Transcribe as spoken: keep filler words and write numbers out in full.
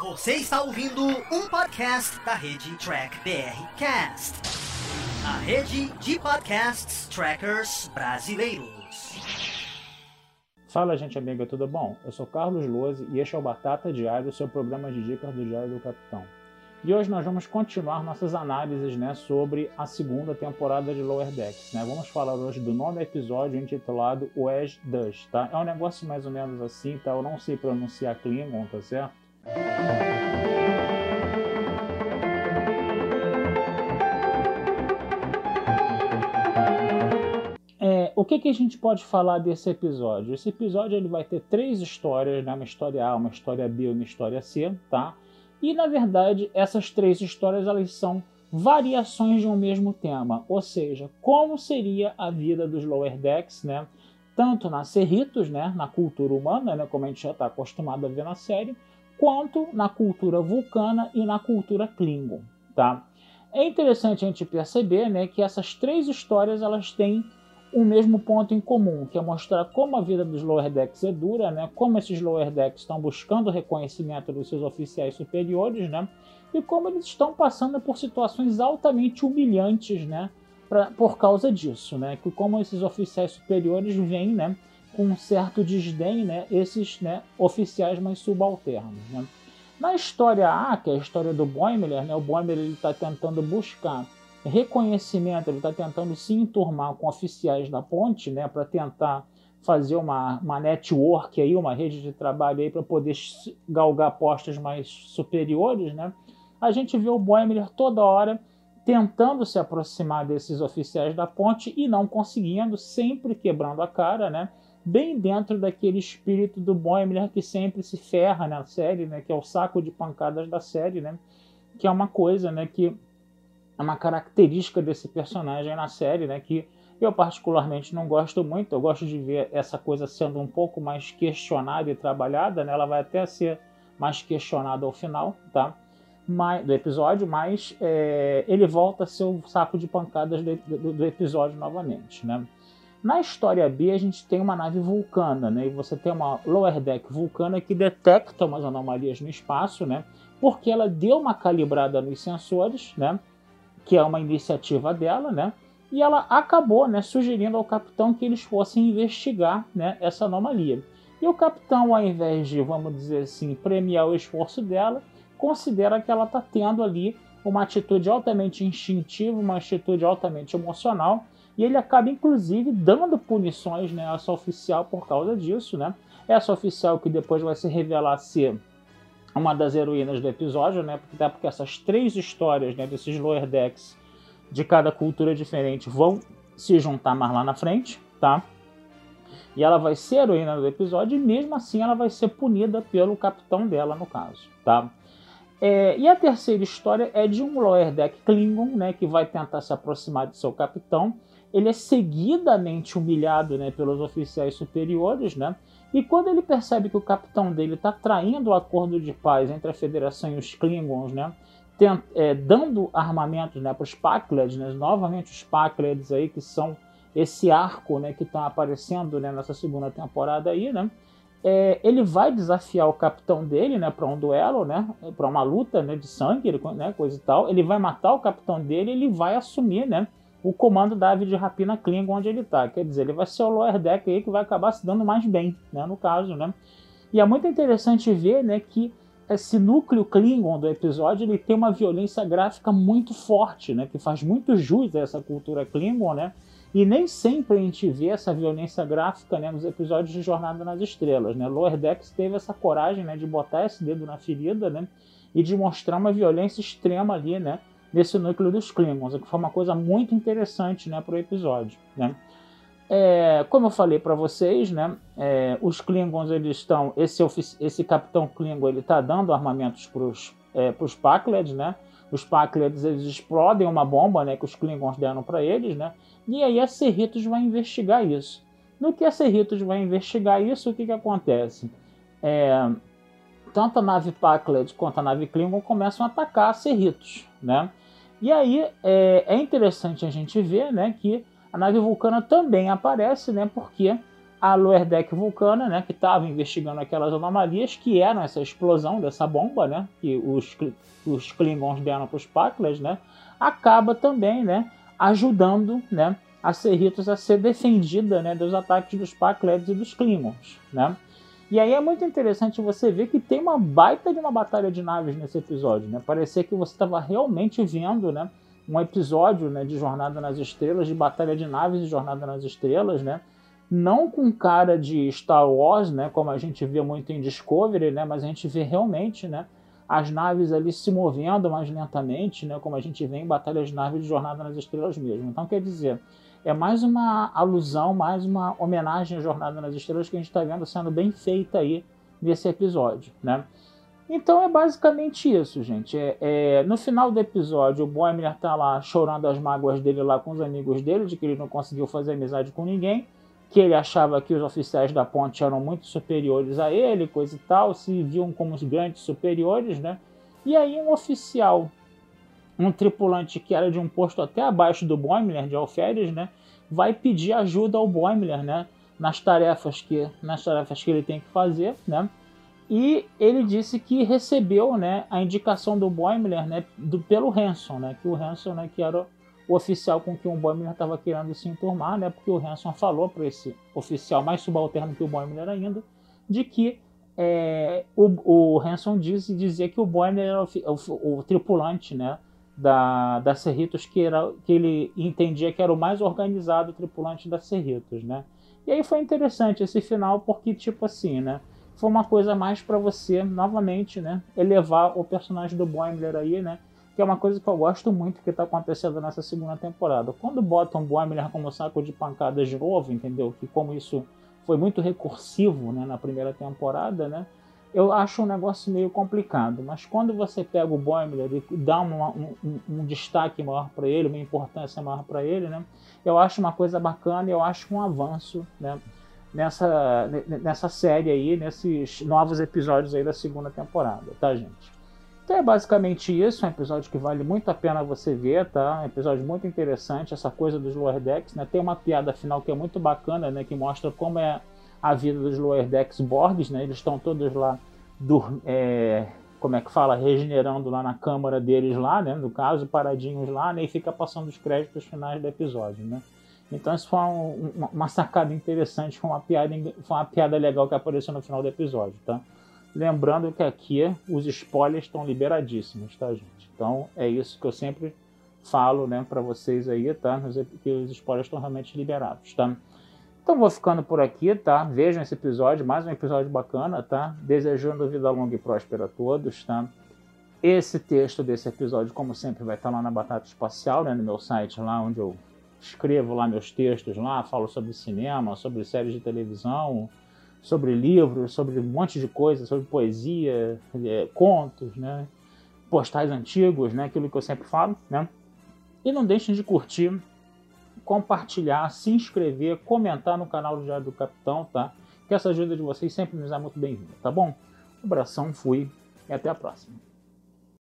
Você está ouvindo um podcast da rede Track B R Cast, a rede de podcasts trackers brasileiros. Fala, gente amiga, tudo bom? Eu sou Carlos Lose e este é o Batata Diário, o seu programa de dicas do Diário do Capitão. E hoje nós vamos continuar nossas análises, né, sobre a segunda temporada de Lower Decks. Né? Vamos falar hoje do nono episódio intitulado Wedge Dust, tá? É um negócio mais ou menos assim, tá? Eu não sei pronunciar Klingon, tá certo? É, o que, que a gente pode falar desse episódio? Esse episódio ele vai ter três histórias, né? Uma história A, uma história B e uma história C, tá? E, na verdade, essas três histórias elas são variações de um mesmo tema, ou seja, como seria a vida dos Lower Decks, né? Tanto na Cerritos, né? Na cultura humana, né? Como a gente já está acostumado a ver na série, quanto na cultura vulcana e na cultura Klingon, tá? É interessante a gente perceber, né, que essas três histórias elas têm o mesmo ponto em comum, que é mostrar como a vida dos Lower Decks é dura, né? Como esses Lower Decks estão buscando o reconhecimento dos seus oficiais superiores, né? E como eles estão passando por situações altamente humilhantes, né? Pra, por causa disso, né? Que como esses oficiais superiores veem, né, com um certo desdém, né, esses, né, oficiais mais subalternos, né? Na história A, que é a história do Boimler, né? O Boimler está tentando buscar reconhecimento, ele está tentando se enturmar com oficiais da ponte, né, para tentar fazer uma, uma network, aí, uma rede de trabalho para poder galgar postos mais superiores, né. A gente vê o Boimler toda hora tentando se aproximar desses oficiais da ponte e não conseguindo, sempre quebrando a cara, né, bem dentro daquele espírito do Boimler que sempre se ferra na série, né, que é o saco de pancadas da série, né, que é uma coisa, né, que é uma característica desse personagem na série, né, que eu particularmente não gosto muito. Eu gosto de ver essa coisa sendo um pouco mais questionada e trabalhada, né? Ela vai até ser mais questionada ao final, tá? Mas, do episódio, mas é, ele volta a ser o saco de pancadas do, do, do episódio novamente, né? Na história B, a gente tem uma nave vulcana, né? E você tem uma Lower Deck vulcana que detecta umas anomalias no espaço, né? Porque ela deu uma calibrada nos sensores, né? Que é uma iniciativa dela, né? E ela acabou, né, sugerindo ao capitão que eles fossem investigar, né, essa anomalia. E o capitão, ao invés de, vamos dizer assim, premiar o esforço dela, considera que ela está tendo ali uma atitude altamente instintiva, uma atitude altamente emocional, e ele acaba, inclusive, dando punições, né, a essa oficial por causa disso, né? Essa oficial que depois vai se revelar ser uma das heroínas do episódio, né? Até porque essas três histórias, né, desses Lower Decks de cada cultura diferente vão se juntar mais lá na frente, tá? E ela vai ser a heroína do episódio e mesmo assim ela vai ser punida pelo capitão dela, no caso, tá? É, e a terceira história é de um Lower Deck Klingon, né, que vai tentar se aproximar de seu capitão. Ele é seguidamente humilhado, né, pelos oficiais superiores, né? E quando ele percebe que o capitão dele está traindo o acordo de paz entre a Federação e os Klingons, né, tent, é, dando armamentos, né, para os Pakleds, né, novamente os Pakleds aí, que são esse arco, né, que está aparecendo, né, nessa segunda temporada aí, né, é, ele vai desafiar o capitão dele, né, para um duelo, né, para uma luta, né, de sangue, né, coisa e tal. Ele vai matar o capitão dele e ele vai assumir, né, o comando da ave de rapina Klingon onde ele está. Quer dizer, ele vai ser o Lower Deck aí que vai acabar se dando mais bem, né, no caso, né. E é muito interessante ver, né, que esse núcleo Klingon do episódio ele tem uma violência gráfica muito forte, né, que faz muito jus a essa cultura Klingon, né. E nem sempre a gente vê essa violência gráfica, né, nos episódios de Jornada nas Estrelas, né. Lower Decks teve essa coragem, né, de botar esse dedo na ferida, né, e de mostrar uma violência extrema ali, né, nesse núcleo dos Klingons, que foi uma coisa muito interessante, né, para o episódio, né. É, como eu falei para vocês, né, é, os Klingons eles estão, esse, esse capitão Klingon ele está dando armamentos para os é, Pakleds, né. Os Pakleds eles explodem uma bomba, né, que os Klingons deram para eles, né, e aí a Cerritos vai investigar isso. No que a Cerritos vai investigar isso, o que, que acontece? É, tanto a nave Pakled quanto a nave Klingon começam a atacar a Cerritos, né? E aí é, é interessante a gente ver, né, que a nave vulcana também aparece, né, porque a Lower Deck Vulcana, né, que estava investigando aquelas anomalias que eram essa explosão dessa bomba, né, que os, os Klingons deram para os Pakleds, né, acaba também, né, ajudando, né, a Cerritos a ser defendida, né, dos ataques dos Pakleds e dos Klingons, né. E aí é muito interessante você ver que tem uma baita de uma batalha de naves nesse episódio, né, parecia que você estava realmente vendo, né, um episódio, né, de Jornada nas Estrelas, de batalha de naves e Jornada nas Estrelas, né, não com cara de Star Wars, né, como a gente vê muito em Discovery, né, mas a gente vê realmente, né, as naves ali se movendo mais lentamente, né, como a gente vê em batalhas de naves de Jornada nas Estrelas mesmo. Então, quer dizer, é mais uma alusão, mais uma homenagem à Jornada nas Estrelas que a gente está vendo sendo bem feita aí nesse episódio, né. Então é basicamente isso, gente. É, é, no final do episódio, o Boimler tá lá chorando as mágoas dele lá com os amigos dele, de que ele não conseguiu fazer amizade com ninguém, que ele achava que os oficiais da ponte eram muito superiores a ele, coisa e tal, se viam como os grandes superiores, né? E aí um oficial, um tripulante que era de um posto até abaixo do Boimler, de alferes, né? Vai pedir ajuda ao Boimler, né? Nas tarefas que, nas tarefas que ele tem que fazer, né? E ele disse que recebeu, né, a indicação do Boimler, né, do, pelo Hanson, né? Que o Hanson, né, que era o oficial com que o Boimler estava querendo se enturmar, né, porque o Hanson falou para esse oficial mais subalterno que o Boimler ainda, de que é, o, o Hanson disse, dizia que o Boimler era o, o, o tripulante, né, da, da Cerritos, que, era, que ele entendia que era o mais organizado tripulante da Cerritos, né. E aí foi interessante esse final, porque, tipo assim, né, foi uma coisa mais para você, novamente, né, elevar o personagem do Boimler aí, né, que é uma coisa que eu gosto muito que está acontecendo nessa segunda temporada. Quando botam o Boimler como saco de pancadas de novo, entendeu? Que como isso foi muito recursivo, né, na primeira temporada, né, eu acho um negócio meio complicado. Mas quando você pega o Boimler e dá uma, um, um, um destaque maior para ele, uma importância maior para ele, né, eu acho uma coisa bacana e eu acho um avanço, né, nessa, nessa série aí, nesses novos episódios aí da segunda temporada, tá, gente? Então é basicamente isso, é um episódio que vale muito a pena você ver, tá? É um episódio muito interessante, essa coisa dos Lower Decks, né? Tem uma piada final que é muito bacana, né? Que mostra como é a vida dos Lower Decks Borgs, né? Eles estão todos lá, do, é, como é que fala? Regenerando lá na câmara deles lá, né? No caso, paradinhos lá, né? E fica passando os créditos finais do episódio, né? Então isso foi um, uma, uma sacada interessante, foi uma, piada, foi uma piada legal que apareceu no final do episódio, tá? Lembrando que aqui os spoilers estão liberadíssimos, tá, gente? Então é isso que eu sempre falo, né, para vocês aí, tá? Que os spoilers estão realmente liberados, tá? Então vou ficando por aqui, tá? Vejam esse episódio, mais um episódio bacana, tá? Desejando vida longa e próspera a todos, tá? Esse texto desse episódio, como sempre, vai estar lá na Batata Espacial, né, no meu site lá, onde eu escrevo lá meus textos lá, falo sobre cinema, sobre séries de televisão, sobre livros, sobre um monte de coisa, sobre poesia, é, contos, né, postais antigos, né, aquilo que eu sempre falo, né. E não deixem de curtir, compartilhar, se inscrever, comentar no canal do Diário do Capitão, tá? Que essa ajuda de vocês sempre nos é muito bem-vinda, tá bom? Um abração, fui e até a próxima.